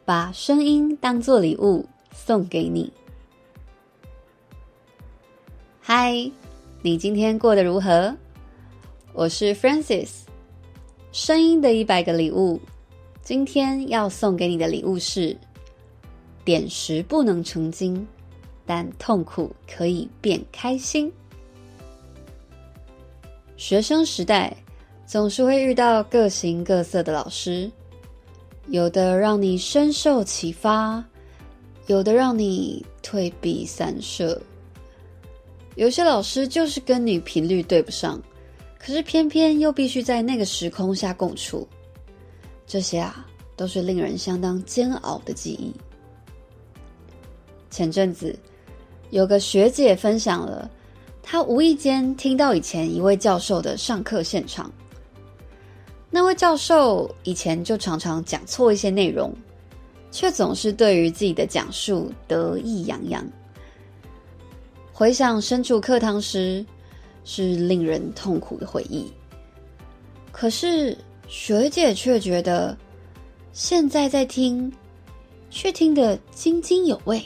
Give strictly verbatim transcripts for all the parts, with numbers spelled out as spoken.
把声音当作礼物送给你。嗨，你今天过得如何？我是 Francis， 声音的一百个礼物。今天要送给你的礼物是：点石不能成金，但痛苦可以变开心。学生时代总是会遇到各形各色的老师，有的让你深受启发，有的让你退避三舍。有些老师就是跟你频率对不上，可是偏偏又必须在那个时空下共处。这些啊，都是令人相当煎熬的记忆。前阵子有个学姐分享了她无意间听到以前一位教授的上课现场。那位教授以前就常常讲错一些内容，却总是对于自己的讲述得意洋洋。回想身处课堂时，是令人痛苦的回忆。可是学姐却觉得，现在在听，却听得津津有味。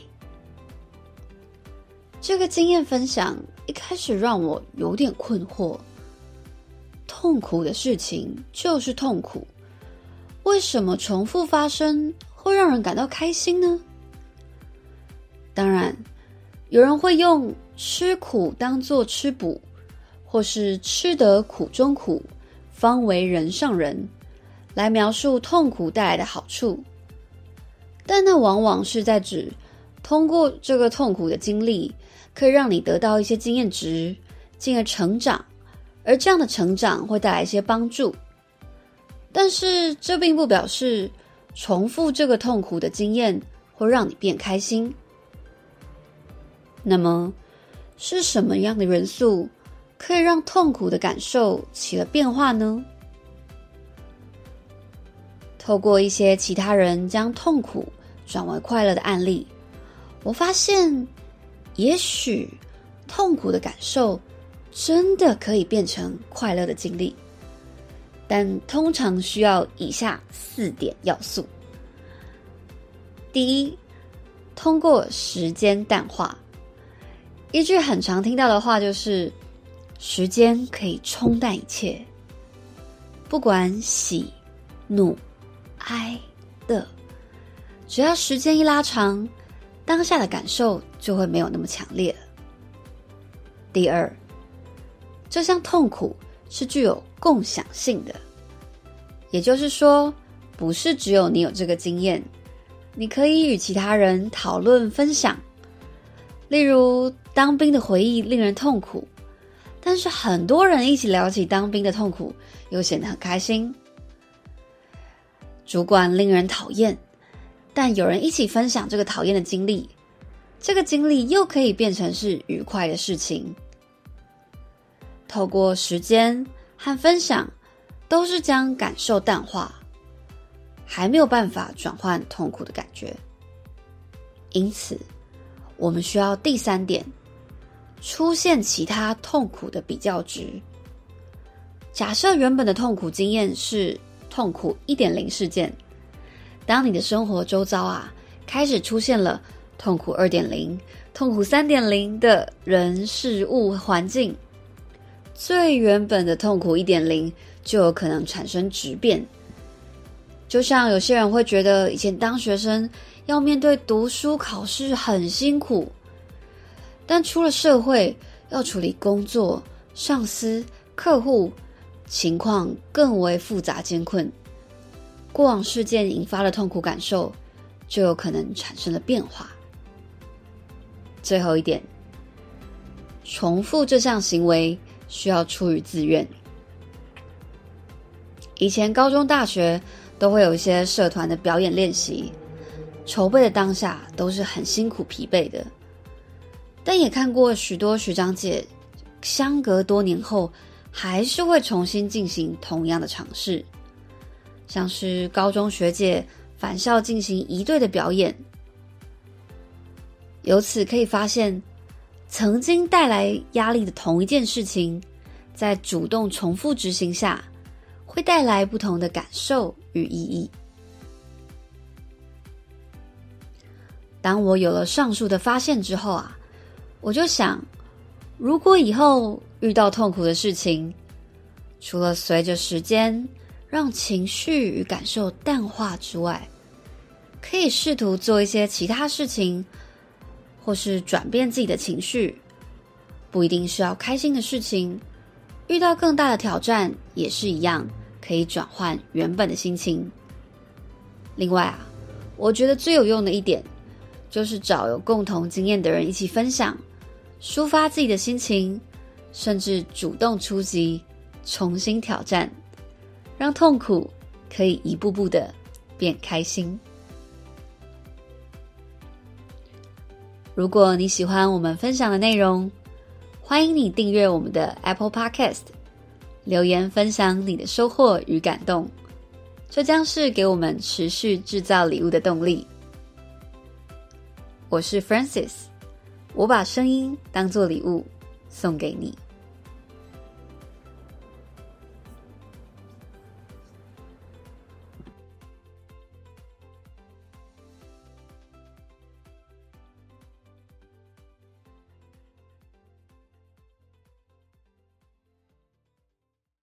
这个经验分享一开始让我有点困惑。痛苦的事情就是痛苦，为什么重复发生会让人感到开心呢？当然，有人会用吃苦当作吃补，或是吃得苦中苦，方为人上人，来描述痛苦带来的好处。但那往往是在指，通过这个痛苦的经历，可以让你得到一些经验值，进而成长。而这样的成长会带来一些帮助，但是这并不表示重复这个痛苦的经验会让你变开心。那么是什么样的元素可以让痛苦的感受起了变化呢？透过一些其他人将痛苦转为快乐的案例，我发现也许痛苦的感受真的可以变成快乐的经历，但通常需要以下四点要素。第一，通过时间淡化。一句很常听到的话就是时间可以冲淡一切，不管喜怒哀乐，只要时间一拉长，当下的感受就会没有那么强烈了。第二，这项痛苦是具有共享性的，也就是说，不是只有你有这个经验，你可以与其他人讨论分享。例如，当兵的回忆令人痛苦，但是很多人一起聊起当兵的痛苦，又显得很开心。主管令人讨厌，但有人一起分享这个讨厌的经历，这个经历又可以变成是愉快的事情。透过时间和分享，都是将感受淡化，还没有办法转换痛苦的感觉。因此，我们需要第三点，出现其他痛苦的比较值。假设原本的痛苦经验是痛苦 一点零 事件，当你的生活周遭啊，开始出现了痛苦 二点零、痛苦 三点零 的人事物环境，最原本的痛苦 一点零 就有可能产生质变。就像有些人会觉得以前当学生要面对读书考试很辛苦，但出了社会要处理工作、上司、客户，情况更为复杂艰困，过往事件引发的痛苦感受就有可能产生了变化。最后一点，重复这项行为需要出于自愿。以前高中大学都会有一些社团的表演练习，筹备的当下都是很辛苦疲惫的，但也看过许多学长姐相隔多年后还是会重新进行同样的尝试，像是高中学姐返校进行一队的表演。由此可以发现，曾经带来压力的同一件事情，在主动重复执行下，会带来不同的感受与意义。 当我有了上述的发现之后啊，我就想，如果以后遇到痛苦的事情，除了随着时间让情绪与感受淡化之外，可以试图做一些其他事情，或是转变自己的情绪，不一定是要开心的事情，遇到更大的挑战也是一样，可以转换原本的心情。另外啊，我觉得最有用的一点，就是找有共同经验的人一起分享，抒发自己的心情，甚至主动出击，重新挑战，让痛苦可以一步步的变开心。如果你喜欢我们分享的内容，欢迎你订阅我们的 Apple Podcast， 留言分享你的收获与感动，这将是给我们持续制造礼物的动力。我是 Francis， 我把声音当作礼物送给你。